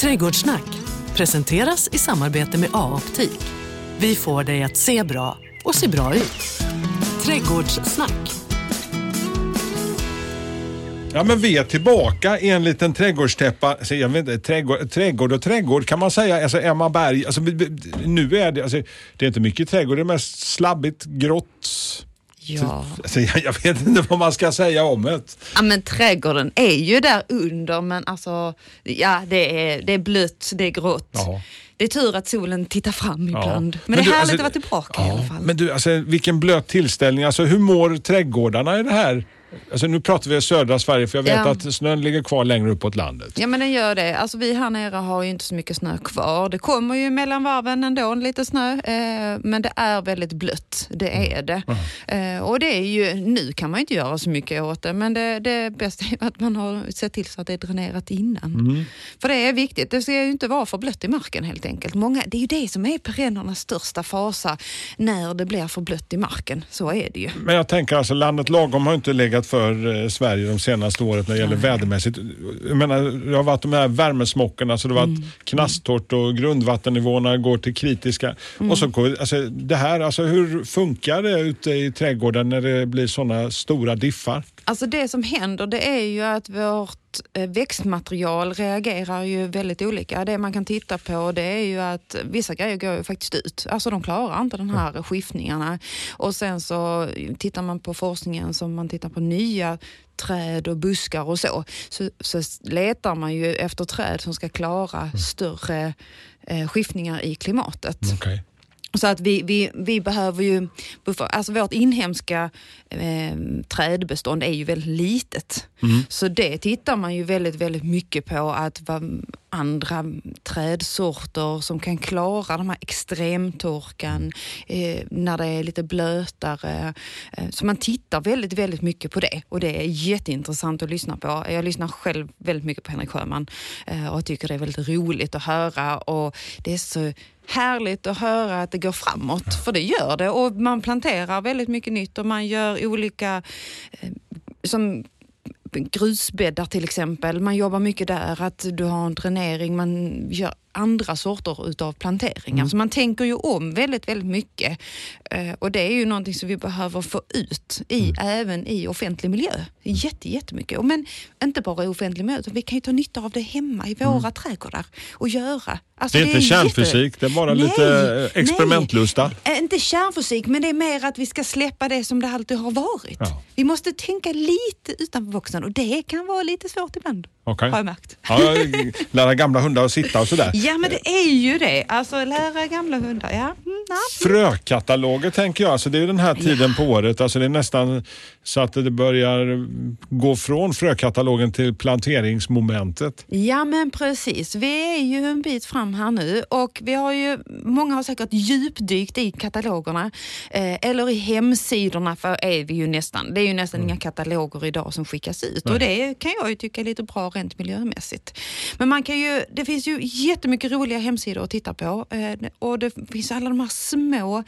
Trädgårdssnack presenteras i samarbete med A-optik. Vi får dig att se bra och se bra ut. Trädgårdssnack. Ja, men vi är tillbaka i en liten trädgårdstäppa. Alltså, jag vet inte, trädgård kan man säga. Alltså Emmaberg, alltså, nu är det, alltså, det är inte mycket trädgård, det är mest slabbigt, grått. Ja. Alltså, jag vet inte vad man ska säga om det. Ja, men trädgården är ju där under, men alltså, ja, det är blött, det är grått. Ja. Det är tur att solen tittar fram ibland. Ja. Men det är du, härligt alltså, att vara tillbaka i alla fall. Men du, alltså, vilken blöt tillställning. Alltså, hur mår trädgårdarna i det här? Alltså, nu pratar vi i södra Sverige, för jag vet att snön ligger kvar längre uppåt landet. Ja, men den gör det. Alltså, vi här nere har ju inte så mycket snö kvar. Det kommer ju mellan varven ändå lite snö. Men det är väldigt blött. Det är det. Och det är ju, nu kan man inte göra så mycket åt det. Men det bästa är att man har sett till så att det är dränerat innan. För det är viktigt. Det ska ju inte vara för blött i marken helt enkelt. Det är ju det som är perennernas största fasa när det blir för blött i marken. Så är det ju. Men jag tänker alltså, landet lagom har inte legat för Sverige de senaste året när det gäller vädermässigt. Jag menar, det har varit de här värmesmockorna, så det har varit knastort och grundvattennivåerna går till kritiska. Och så går, alltså, det här, alltså, hur funkar det ute i trädgården när det blir sådana stora diffar? Alltså det som händer, det är ju att vårt växtmaterial reagerar ju väldigt olika. Det man kan titta på, det är ju att vissa grejer går ju faktiskt ut. Alltså de klarar inte den här skiftningarna. Och sen så tittar man på forskningen som man tittar på nya träd och buskar och så letar man ju efter träd som ska klara större skiftningar i klimatet. Okay. Så att vi behöver ju, alltså vårt inhemska trädbestånd är ju väldigt litet. Så det tittar man ju väldigt, väldigt mycket på, att vad andra trädsorter som kan klara de här extremtorkan när det är lite blötare. Så man tittar väldigt, väldigt mycket på det, och det är jätteintressant att lyssna på. Jag lyssnar själv väldigt mycket på Henrik Sjöman och tycker det är väldigt roligt att höra, och det är så härligt att höra att det går framåt, för det gör det, och man planterar väldigt mycket nytt och man gör olika som grusbäddar till exempel, man jobbar mycket där, att du har en dränering, man gör andra sorter utav planteringar. Så man tänker ju om väldigt, väldigt mycket. Och det är ju någonting som vi behöver få ut även i offentlig miljö. Jättemycket. Men inte bara i offentlig miljö, utan vi kan ju ta nytta av det hemma i våra trädgårdar och göra. Alltså, det är inte kärnfysik, det är bara lite experimentlusta. Inte kärnfysik, men det är mer att vi ska släppa det som det alltid har varit. Ja. Vi måste tänka lite utanför boxen, och det kan vara lite svårt ibland. Okay. Har jag märkt. Ja, lära gamla hundar att sitta och sådär. Ja, men det är ju det. Alltså lära gamla hundar, ja. Frökataloger tänker jag, alltså det är den här tiden på året, alltså det är nästan så att det börjar gå från frökatalogen till planteringsmomentet. Ja, men precis. Vi är ju en bit fram här nu, och vi har ju, många har säkert djupdykt i katalogerna eller i hemsidorna, för det är ju nästan inga kataloger idag som skickas ut. Nej. Och det kan jag ju tycka är lite bra rent miljömässigt. Men det finns ju jättemycket roliga hemsidor att titta på, och det finns alla de här små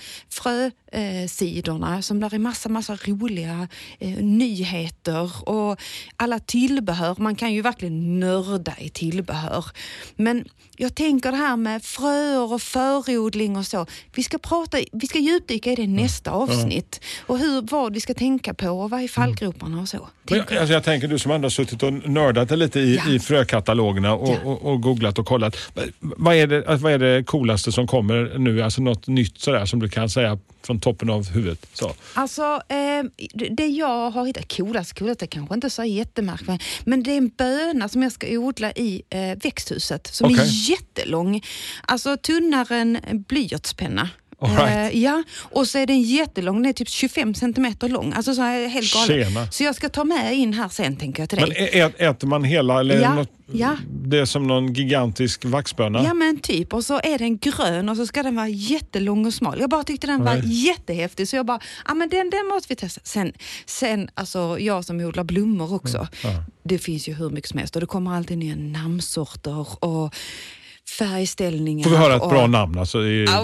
frösidorna som där är massa roliga nyheter och alla tillbehör. Man kan ju verkligen nörda i tillbehör. Men jag tänker det här med fröer och förodling och så. Vi ska djupdyka i det nästa avsnitt. Och vad vi ska tänka på och vad är fallgroparna och så. Jag tänker, du som ändå har suttit och nördat lite i frökatalogerna och googlat och kollat. Vad är det coolaste som kommer nu? Alltså något nytt sådär som du kan säga från toppen av huvudet. Så. Alltså, det jag har hittat coolast är kanske inte så jättemärkligt, men det är en böna som jag ska odla i växthuset som är jättelång. Alltså tunnare än blyertspenna. Ja, och så är den jättelång, den är typ 25 centimeter lång. Alltså så är helt galen. Så jag ska ta med in här sen, tänker jag till dig. Men äter man hela eller något, ja. Det är som någon gigantisk vaxböna? Ja, men typ. Och så är den grön och så ska den vara jättelång och smal. Jag bara tyckte den var jättehäftig, så jag bara, men den måste vi testa. Sen alltså jag som odlar blommor också. Det finns ju hur mycket som helst och det kommer alltid nya namnsorter och färgställningar. Får vi höra ett bra namn? Alltså,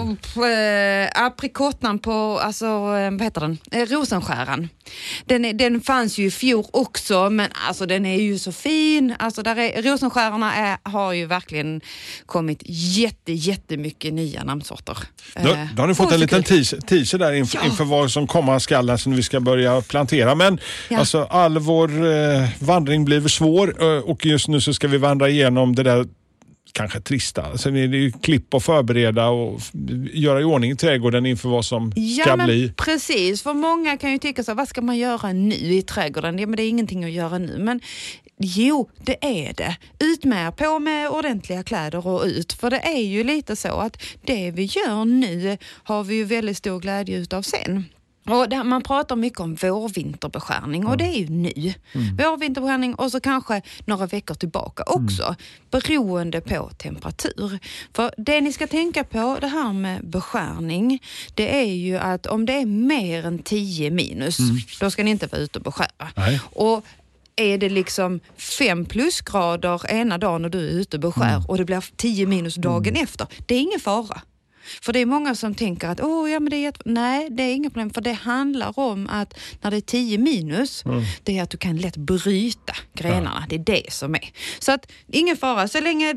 aprikotnan på, alltså, vad heter den? Rosenskäran. Den fanns ju i fjol också, men alltså den är ju så fin. Alltså rosenskärarna har ju verkligen kommit jättemycket nya namnsorter. Då har ni fått en liten teaser där inför vad som komma skall, alltså när vi ska börja plantera. Men alltså, all vår vandring blir svår och just nu så ska vi vandra igenom det där kanske trista. Alltså det är ju klipp och förbereda och göra i ordning trädgården inför vad som ska bli. Precis, för många kan ju tycka så, vad ska man göra nu i trädgården? Ja, men det är ingenting att göra nu, men jo, det är det. Ut med, på med ordentliga kläder och ut. För det är ju lite så att det vi gör nu har vi ju väldigt stor glädje utav sen. Och där man pratar mycket om vårvinterbeskärning och det är ju nu. Vårvinterbeskärning och så kanske några veckor tillbaka också. Beroende på temperatur. För det ni ska tänka på, det här med beskärning, det är ju att om det är mer än 10 minus, då ska ni inte vara ute och beskära. Nej. Och är det liksom 5 plusgrader ena dagen och du är ute och beskär och det blir 10 minus dagen efter, det är ingen fara. För det är många som tänker att men nej, det är inget problem. För det handlar om att när det är 10 minus, det är att du kan lätt bryta grenarna. Det är det som är. Så att ingen fara. Så länge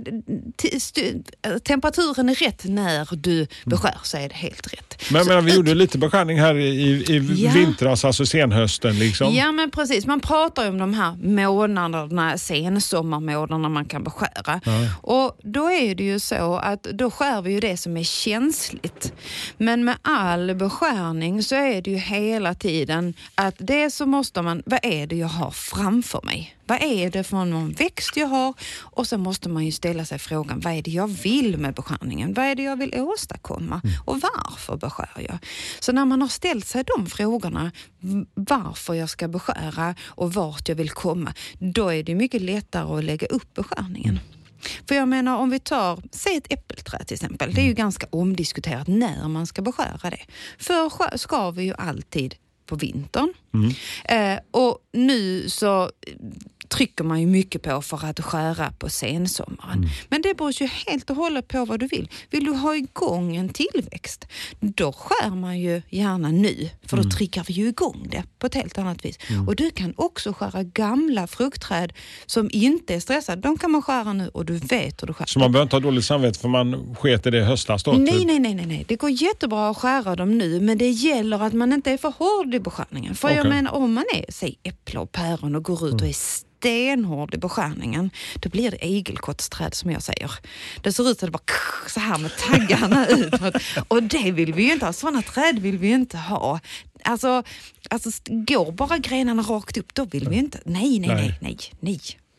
temperaturen är rätt när du beskär så är det helt rätt. Men vi gjorde lite beskärning här i vintras, alltså senhösten liksom. Ja, men precis. Man pratar ju om de här månaderna, sensommarmånaderna man kan beskära. Och då är det ju så att då skär vi ju det som är känsligt. Men med all beskärning så är det ju hela tiden att det så måste man, vad är det jag har framför mig? Vad är det för någon växt jag har? Och så måste man ju ställa sig frågan, vad är det jag vill med beskärningen? Vad är det jag vill åstadkomma? Och varför beskär jag? Så när man har ställt sig de frågorna, varför jag ska beskära och vart jag vill komma, då är det mycket lättare att lägga upp beskärningen. För jag menar, om vi säg ett äppelträd till exempel, det är ju ganska omdiskuterat när man ska beskära det. För ska vi ju alltid på vintern. Och nu så trycker man ju mycket på för att skära på sensommaren. Men det beror ju helt och hållet på vad du vill. Vill du ha igång en tillväxt, då skär man ju gärna nu. För då trycker vi ju igång det på ett helt annat vis. Och du kan också skära gamla fruktträd som inte är stressade. De kan man skära nu och du vet hur du skär. Så man behöver inte ha dåligt samvete för man sket i det höstas då? Nej. Det går jättebra att skära dem nu, men det gäller att man inte är för hård i beskärningen. För jag menar, om man är, säg äpple och päron och går ut och är stenhård i beskärningen, då blir det igelkottsträd som jag säger. Det ser ut att det bara så här med taggarna utåt. Och det vill vi ju inte ha. Sådana träd vill vi ju inte ha. Alltså går bara grenarna rakt upp, då vill vi ju inte. Nej.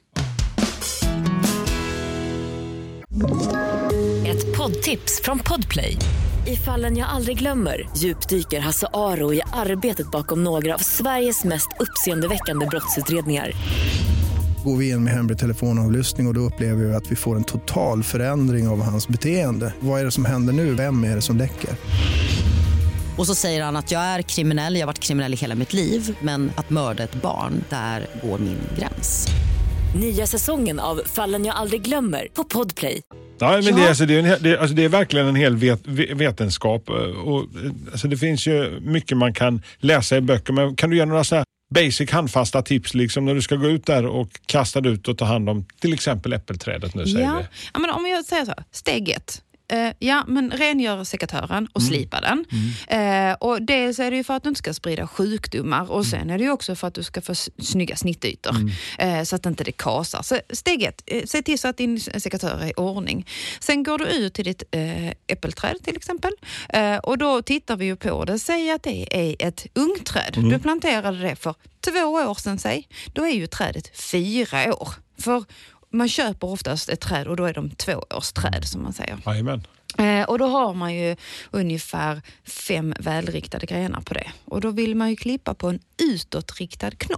Ett poddtips från Podplay. I Fallen jag aldrig glömmer djupdyker Hasse Aro i arbetet bakom några av Sveriges mest uppseendeväckande brottsutredningar. Går vi in med hemlig telefonavlyssning och då upplever vi att vi får en total förändring av hans beteende. Vad är det som händer nu? Vem är det som läcker? Och så säger han att jag är kriminell, jag har varit kriminell i hela mitt liv. Men att mörda ett barn, där går min gräns. Nya säsongen av Fallen jag aldrig glömmer på Podplay. Ja, men det är verkligen en hel vetenskap. Och, alltså, det finns ju mycket man kan läsa i böcker. Men kan du göra några så här basic handfasta tips liksom, när du ska gå ut där och kasta ut och ta hand om till exempel äppelträdet nu, säger vi? Ja, men om jag säger så, steg 1. Men rengör sekatören och slipa den. Och dels är det ju för att du inte ska sprida sjukdomar och sen är det ju också för att du ska få snygga snittytor så att inte det kasar. Så steg 1, se till så att din sekatör är i ordning. Sen går du ut till ditt äppelträd till exempel och då tittar vi ju på det. Säg att det är ett ungträd. Du planterade det för 2 år sedan, säg. Då är ju trädet 4 år. För man köper oftast ett träd och då är de 2-årsträd som man säger. Amen. Och då har man ju ungefär 5 välriktade grenar på det. Och då vill man ju klippa på en utåtriktad knopp.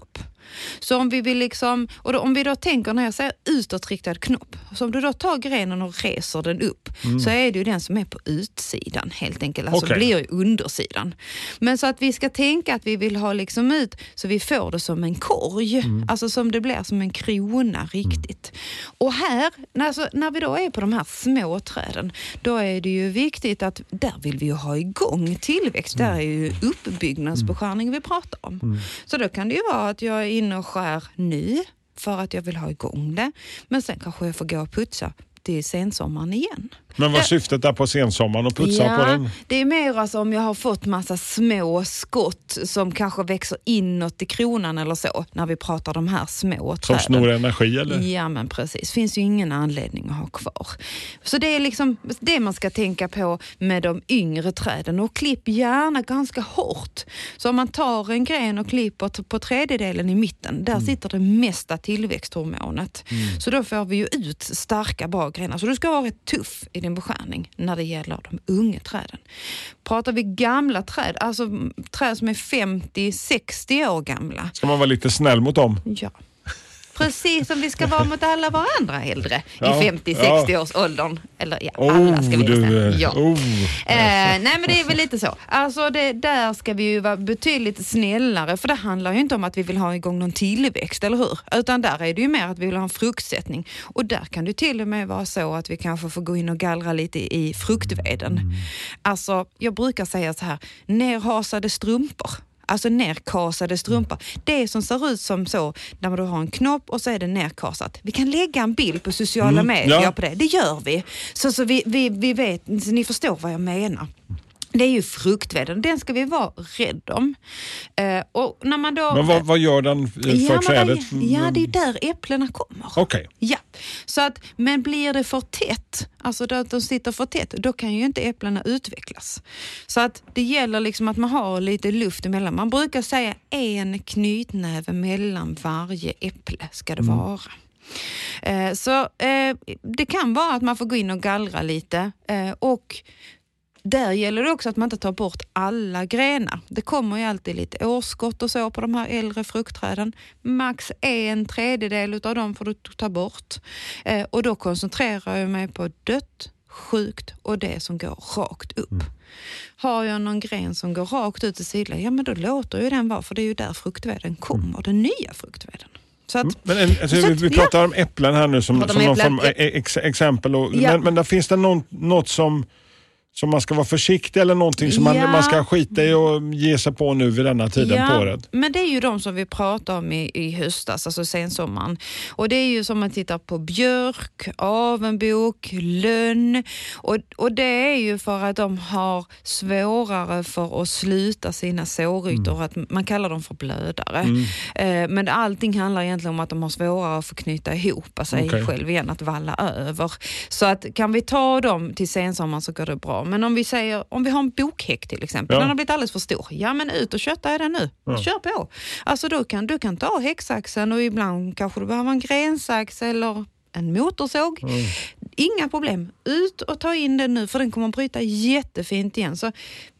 Så om vi vill liksom, och då, om vi då tänker när jag säger utåtriktad knopp, så om du då tar grenen och reser den upp, så är det ju den som är på utsidan helt enkelt, alltså blir ju undersidan. Men så att vi ska tänka att vi vill ha liksom ut så vi får det som en korg, alltså som det blir som en krona riktigt. Och här, när vi då är på de här små träden, då är det ju viktigt att där vill vi ju ha igång tillväxt. Där är ju uppbyggnadsbeskärning vi pratar om. Så då kan det ju vara att jag är inne och skär nu för att jag vill ha igång det. Men sen kanske jag får gå och putsa till sensommaren igen. Men vad syftet är på sensommaren och putsa på den? Det är mer alltså om jag har fått massa små skott som kanske växer inåt i kronan eller så, när vi pratar de här små träden. Som snor energi eller? Ja, men precis. Finns ju ingen anledning att ha kvar. Så det är liksom det man ska tänka på med de yngre träden, och klipp gärna ganska hårt. Så om man tar en gren och klipper på tredjedelen i mitten, där sitter det mesta tillväxthormonet. Så då får vi ju ut starka bra grenar. Så du ska vara rätt tuff i din beskärning när det gäller de unga träden. Pratar vi gamla träd, alltså träd som är 50-60 år gamla. Ska man vara lite snäll mot dem? Ja. Precis som vi ska vara mot alla våra andra äldre i 50-60 års åldern. Eller alla ska vi säga. Nej, men det är väl lite så. Alltså där ska vi ju vara betydligt snällare, för det handlar ju inte om att vi vill ha igång någon tillväxt, eller hur? Utan där är det ju mer att vi vill ha en fruktsättning. Och där kan det till och med vara så att vi kanske får gå in och gallra lite i fruktveden. Alltså, jag brukar säga så här, nerhasade strumpor. Alltså nerkasade strumpor. Det som ser ut som så, när du har en knopp och så är det nerkasat. Vi kan lägga en bild på sociala medier på det. Det gör vi. Så vi vet, så ni förstår vad jag menar. Det är ju fruktveden. Den ska vi vara rädd om. Och när man då, men vad gör den för trädet? Ja, det är där äpplena kommer. Okej. Ja, så att, men blir det för tätt, alltså då de sitter för tätt, då kan ju inte äpplena utvecklas. Så att det gäller liksom att man har lite luft emellan. Man brukar säga en knytnäve mellan varje äpple ska det vara. Så det kan vara att man får gå in och gallra lite, och där gäller det också att man inte tar bort alla grenar. Det kommer ju alltid lite årskott och så på de här äldre fruktträden. Max 1/3 av dem får du ta bort. Och då koncentrerar jag mig på dött, sjukt och det som går rakt upp. Har jag någon gren som går rakt ut till sidan, ja men då låter ju den vara, för det är ju där fruktveden kommer, den nya fruktveden. Så att, vi pratar om äpplen här nu som någon form exempel. Men där finns det något som man ska vara försiktig, eller någonting som man ska skita i och ge sig på nu vid denna tiden på året? Men det är ju de som vi pratar om i höstas, alltså sensommaren. Och det är ju som man tittar på björk, avenbok, lönn. Och det är ju för att de har svårare för att sluta sina sårytor. Att man kallar dem för blödare. Men allting handlar egentligen om att de har svårare att få knyta ihop sig själv igen, att valla över. Så att kan vi ta dem till sensommaren så går det bra. Men om vi har en bokhäck till exempel, den har blivit alldeles för stor. Ja, men ut och kötta är den nu. Kör på. Alltså du kan ta häcksaxen, och ibland kanske du behöver en grensax eller en motorsåg. Inga problem. Ut och ta in den nu, för den kommer att bryta jättefint igen. Så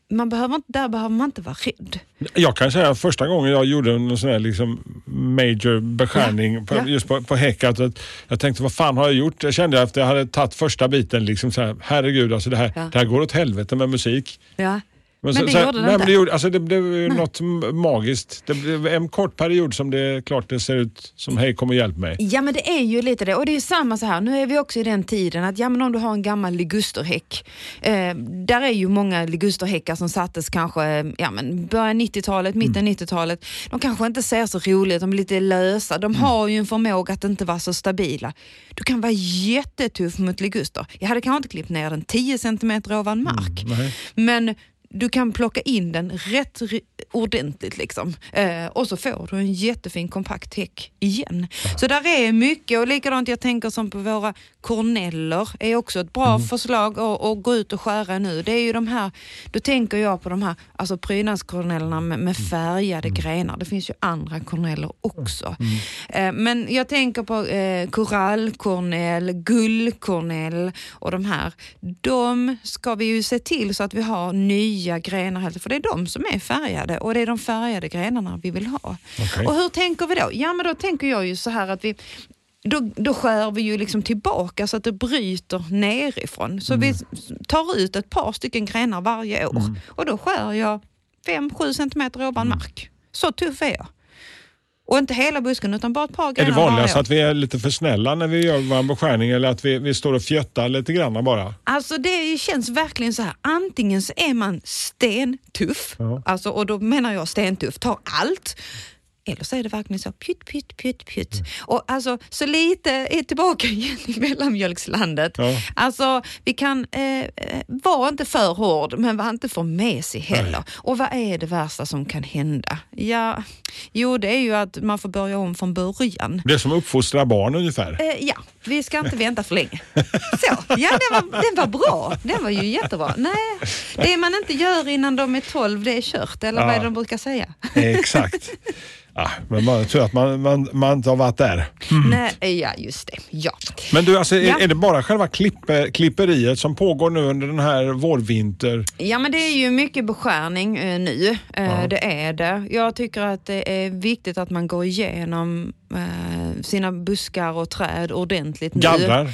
där behöver man inte vara rädd. Jag kan säga att första gången jag gjorde en sån här liksom major beskärning just på häck, att jag tänkte, vad fan har jag gjort? Jag kände efter jag hade tagit första biten liksom så här, herregud, alltså det här går åt helvete med musik. Ja. Men det gjorde det inte. Det blev ju något magiskt. Det blev en kort period som det klart det ser ut som hej, kom och hjälp mig. Ja, men det är ju lite det. Och det är ju samma så här. Nu är vi också i den tiden att men om du har en gammal ligusterhäck. Där är ju många ligusterhäckar som sattes kanske början 90-talet, mitten 90-talet. De kanske inte ser så roligt, de är lite lösa. De har ju en förmåga att inte vara så stabila. Du kan vara jättetuff mot liguster. Jag hade kanske inte klippt ner den 10 centimeter ovan mark. Men du kan plocka in den rätt ordentligt liksom. Och så får du en jättefin kompakt häck igen. Så där är mycket, och likadant jag tänker som på våra korneller är också ett bra förslag att gå ut och skära nu. Det är ju de här, då tänker jag på de här alltså prydnadskornellerna med färgade grenar. Det finns ju andra korneller också. Men jag tänker på korallkornell, gullkornell och de här. De ska vi ju se till så att vi har nya grenar, för det är de som är färgade. färgade och det är de färgade grenarna vi vill ha. Okay. Och hur tänker vi då? Ja, men då tänker jag ju så här att då skär vi ju liksom tillbaka så att det bryter nerifrån. Så vi tar ut ett par stycken grenar varje år och då skär jag 5-7 centimeter ovan mark. Så tuff är jag. Och inte hela busken utan bara ett par grenar. Är det vanligast att vi är lite för snälla när vi gör vår beskärning eller att vi står och fjöttar lite grann bara? Alltså det känns verkligen så här. Antingen så är man stentuff, alltså, och då menar jag stentuff, tar allt. Eller så är det verkligen så pytt. Och alltså så lite är tillbaka igen i mellanmjölkslandet. Ja. Alltså vi kan vara inte för hård men var inte för mesig heller. Nej. Och vad är det värsta som kan hända? Ja, jo det är ju att man får börja om från början. Det är som uppfostrar barn ungefär. Ja, vi ska inte vänta för länge. Så, ja den var bra. Den var ju jättebra. Nej, det man inte gör innan de är 12 det är kört. Eller vad är det de brukar säga? Exakt. Ja, men man tror att man inte har varit där. Nej, ja just det. Ja. Men du, alltså, är det bara själva klipperiet som pågår nu under den här vårvinter? Ja, men det är ju mycket beskärning nu. Det är det. Jag tycker att det är viktigt att man går igenom sina buskar och träd ordentligt nu.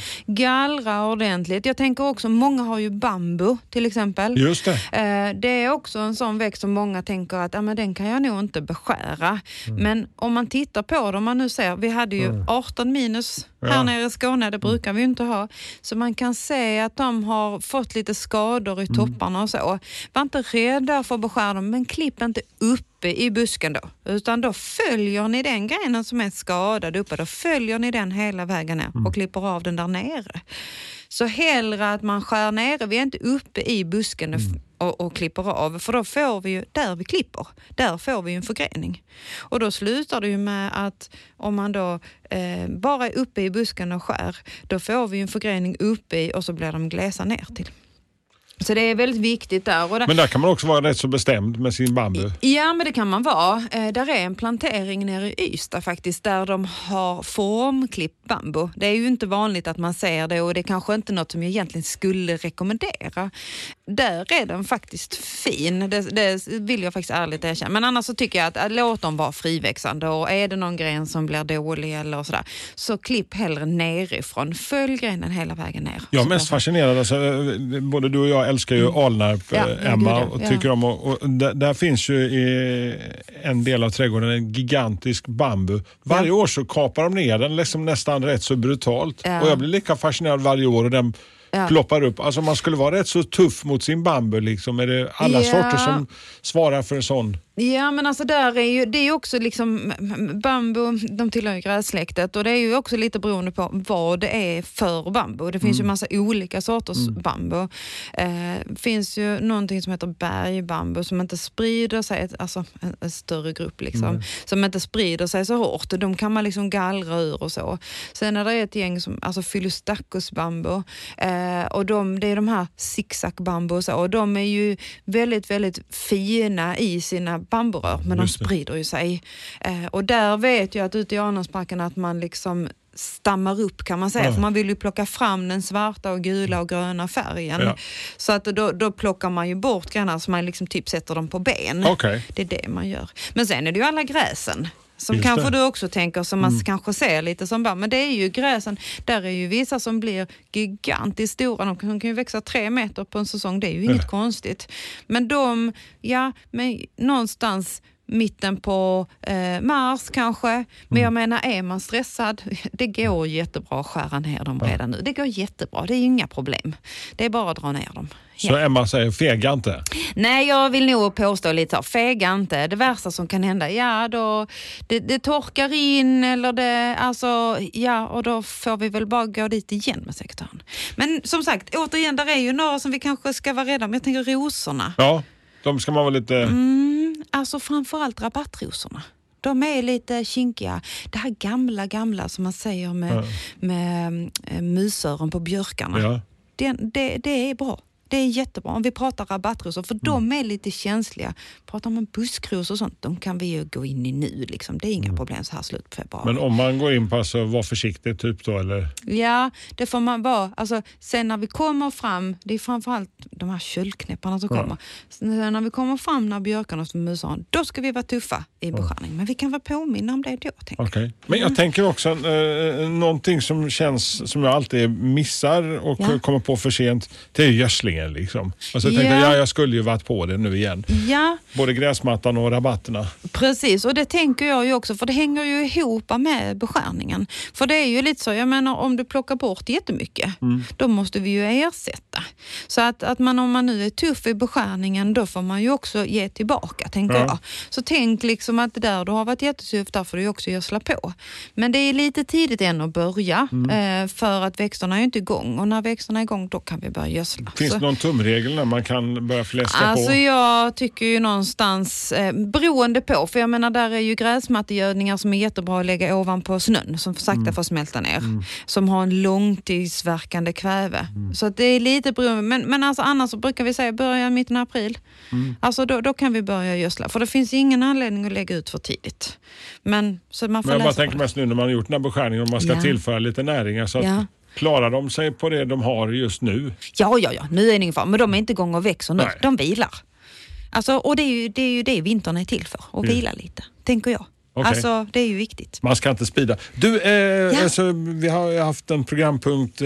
Gallra ordentligt. Jag tänker också, många har ju bambu till exempel. Just det. Det är också en sån växt som många tänker att men den kan jag nog inte beskära. Men om man tittar på det, om man nu ser, vi hade ju 18 minus här nere i Skåne, det brukar vi ju inte ha. Så man kan se att de har fått lite skador i topparna och så. Var inte rädda för att beskära dem, men klipp inte uppe i busken då. Utan då följer ni den grenen som är skadad uppe, då följer ni den hela vägen ner och klipper av den där nere. Så hellre att man skär nere, vi är inte uppe i busken och klipper av. För då får vi ju, där vi klipper, där får vi ju en förgrening. Och då slutar det ju med att om man då bara är uppe i busken och skär, då får vi ju en förgrening uppe i och så blir de gläsa ner till. Så det är väldigt viktigt där. Men där kan man också vara rätt så bestämd med sin bambu. Ja, men det kan man vara. Där är en plantering nere i Ystad faktiskt där de har formklippt bambu. Det är ju inte vanligt att man ser det och det är kanske inte något som jag egentligen skulle rekommendera. Där är den faktiskt fin. Det vill jag faktiskt ärligt erkänna. Men annars så tycker jag att låt dem vara friväxande och är det någon gren som blir dålig eller sådär, så klipp hellre nerifrån. Följ grenen hela vägen ner. Jag är mest fascinerad. Alltså, både du och jag älskar ju Alnarp, Emma, och tycker om. Och där finns ju i en del av trädgården en gigantisk bambu. Varje år så kapar de ner den liksom nästan rätt så brutalt. Och jag blir lika fascinerad varje år och den ploppar upp. Alltså man skulle vara rätt så tuff mot sin bambu liksom. Är det alla sorter som svarar för en sån? Ja, men alltså där är ju, det är ju också liksom bambu, de tillhör ju grässläktet och det är ju också lite beroende på vad det är för bambu. Det finns ju massa olika sorters bambu. Finns ju någonting som heter bergbambu som inte sprider sig, alltså en större grupp liksom, som inte sprider sig så hårt. De kan man liksom gallra ur och så. Sen är det ett gäng som, alltså Phyllostachus-bambu och det är de här zigzag-bambu och så, och de är ju väldigt, väldigt fina i sina bamburör, men de sprider ju sig. Och där vet jag att ute i Alnarpsparken att man liksom stammar upp kan man säga, för man vill ju plocka fram den svarta och gula och gröna färgen. Ja. Så att då plockar man ju bort grenar så man liksom typ sätter dem på ben. Okay. Det är det man gör. Men sen är det ju alla gräsen. Som kanske du också tänker, som man kanske ser lite som bara, men det är ju gräsen, där är ju vissa som blir gigantiskt stora, de kan ju växa 3 meter på en säsong, det är ju inget konstigt. Men men någonstans mitten på mars kanske, men jag menar är man stressad, det går jättebra att skära ner dem redan nu. Det går jättebra, det är inga problem. Det är bara att dra ner dem. Så Emma säger fega inte? Nej, jag vill nog påstå lite så, fega inte. Det värsta som kan hända, då det torkar in eller det, alltså, och då får vi väl bara gå dit igen med sektorn. Men som sagt, återigen, där är ju några som vi kanske ska vara rädda om. Jag tänker rosorna. Ja, de ska man vara lite... Alltså framförallt rabattrosorna. De är lite kinkiga. Det här gamla som man säger med musöron på björkarna. Ja. Det är bra. Det är jättebra. Om vi pratar rabattrosor, för de är lite känsliga. Pratar man buskrosor och sånt, de kan vi ju gå in i nu. Liksom. Det är inga problem så här slut på februari. Men om man går in på, alltså, var försiktig typ då, eller? Ja, det får man vara. Alltså, sen när vi kommer fram, det är framförallt de här köldknäpparna som kommer. Sen när vi kommer fram när björkarna och musen, då ska vi vara tuffa i beskärning. Men vi kan vara påminna om det då, tänker jag. Men jag tänker också någonting som känns som jag alltid missar och kommer på för sent, det är gödslingen liksom. Alltså jag tänkte, jag skulle ju varit på det nu igen. Ja. Både gräsmattan och rabatterna. Precis, och det tänker jag ju också, för det hänger ju ihop med beskärningen. För det är ju lite så, jag menar, om du plockar bort jättemycket, då måste vi ju ersätta. Så att om man nu är tuff i beskärningen, då får man ju också ge tillbaka, tänker jag. Så tänk liksom att det där du har varit jättetuff, där får du ju också gödsla på. Men det är lite tidigt än att börja, för att växterna är ju inte igång. Och när växterna är igång, då kan vi börja gödsla. Finns det någon tumregel när man kan börja fläska på? Alltså jag tycker ju någonstans, beroende på, för jag menar där är ju gräsmattegödningar som är jättebra att lägga ovanpå snön, som sakta får smälta ner. Som har en långtidsverkande kväve. Så att det är lite beroende, men alltså annars så brukar vi säga börja mitten av april. Alltså då kan vi börja gödsla, för det finns ingen anledning att lägga ut för tidigt. Men så man får jag bara tänker mest nu när man har gjort den här beskärningen, om man ska tillföra lite näringar så att klarar de sig på det de har just nu? Ja, nu är det ingen fara, men de är inte igång och växer nu. Nej. De vilar. Alltså, och det är ju det vintern är till för, att vila lite, tänker jag. Okay. Alltså, det är ju viktigt. Man ska inte spida. Du, alltså, vi har haft en programpunkt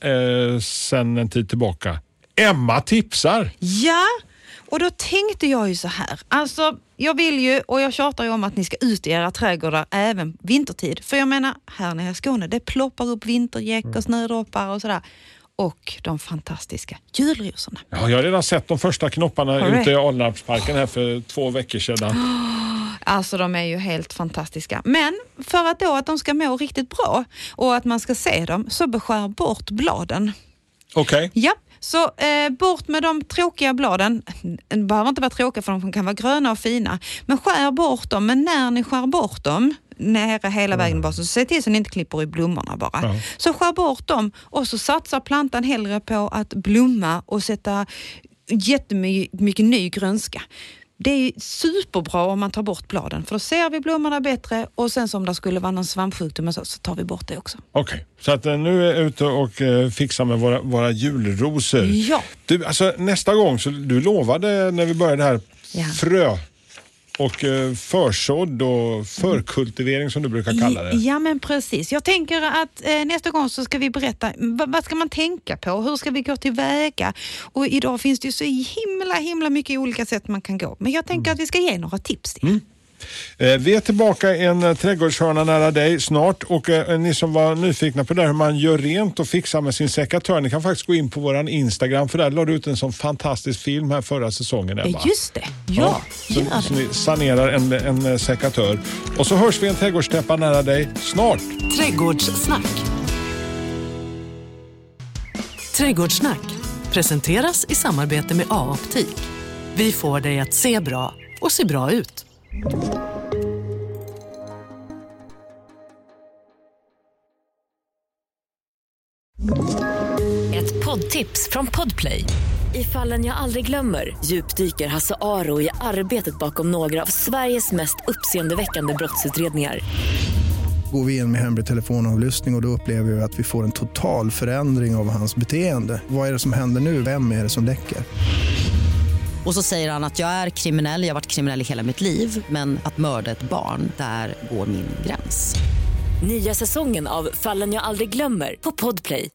sedan en tid tillbaka. Emma tipsar! Ja, och då tänkte jag ju så här. Alltså, jag vill ju, och jag tjatar ju om att ni ska ut i era trädgårdar även vintertid. För jag menar, här nere i Skåne, det ploppar upp vintergäck och snödroppar och sådär. Och de fantastiska julrosorna. Ja, jag har redan sett de första knopparna ute i Alnarpsparken här för 2 veckor sedan. Alltså de är ju helt fantastiska. Men för att de ska må riktigt bra och att man ska se dem, så beskär bort bladen. Okej. Ja, så bort med de tråkiga bladen. Det behöver inte vara tråkiga, för de kan vara gröna och fina. Men skär bort dem. Men när ni skär bort dem, nära hela vägen bara, så se till så ni inte klipper i blommorna bara. Ja. Så skär bort dem och så satsar plantan hellre på att blomma och sätta jättemycket ny grönska. Det är superbra om man tar bort bladen, för då ser vi blommorna bättre, och sen som det skulle vara någon svampsjukdom så tar vi bort det också. Okej, så att nu är jag ute och fixar med våra julrosor. Ja. Du, alltså nästa gång, så du lovade när vi började här frö och försådd och förkultivering som du brukar kalla det. Ja, men precis. Jag tänker att nästa gång så ska vi berätta vad ska man tänka på? Hur ska vi gå tillväga? Och idag finns det ju så himla mycket olika sätt man kan gå. Men jag tänker att vi ska ge några tips till. Vi är tillbaka i en trädgårdshörna nära dig snart, och ni som var nyfikna på det hur man gör rent och fixar med sin sekatör, ni kan faktiskt gå in på våran Instagram, för där la du ut en sån fantastisk film här förra säsongen, Ebba. Just det, ja. Så ni sanerar en sekatör. Och så hörs vi en trädgårdstäppa nära dig snart. Trädgårdssnack. Trädgårdssnack presenteras i samarbete med A-optik. Vi får dig att se bra och se bra ut. Ett poddtips från Podplay. I Fallen jag aldrig glömmer djupdyker Hasse Aro i arbetet bakom några av Sveriges mest uppseendeväckande brottsutredningar. Går vi in med hemlig telefonavlyssning och då upplever vi att vi får en total förändring av hans beteende. Vad är det som händer nu? Vem är det som läcker? Och så säger han att jag är kriminell, jag har varit kriminell i hela mitt liv. Men att mörda ett barn, där går min gräns. Nya säsongen av Fallen jag aldrig glömmer på Podplay.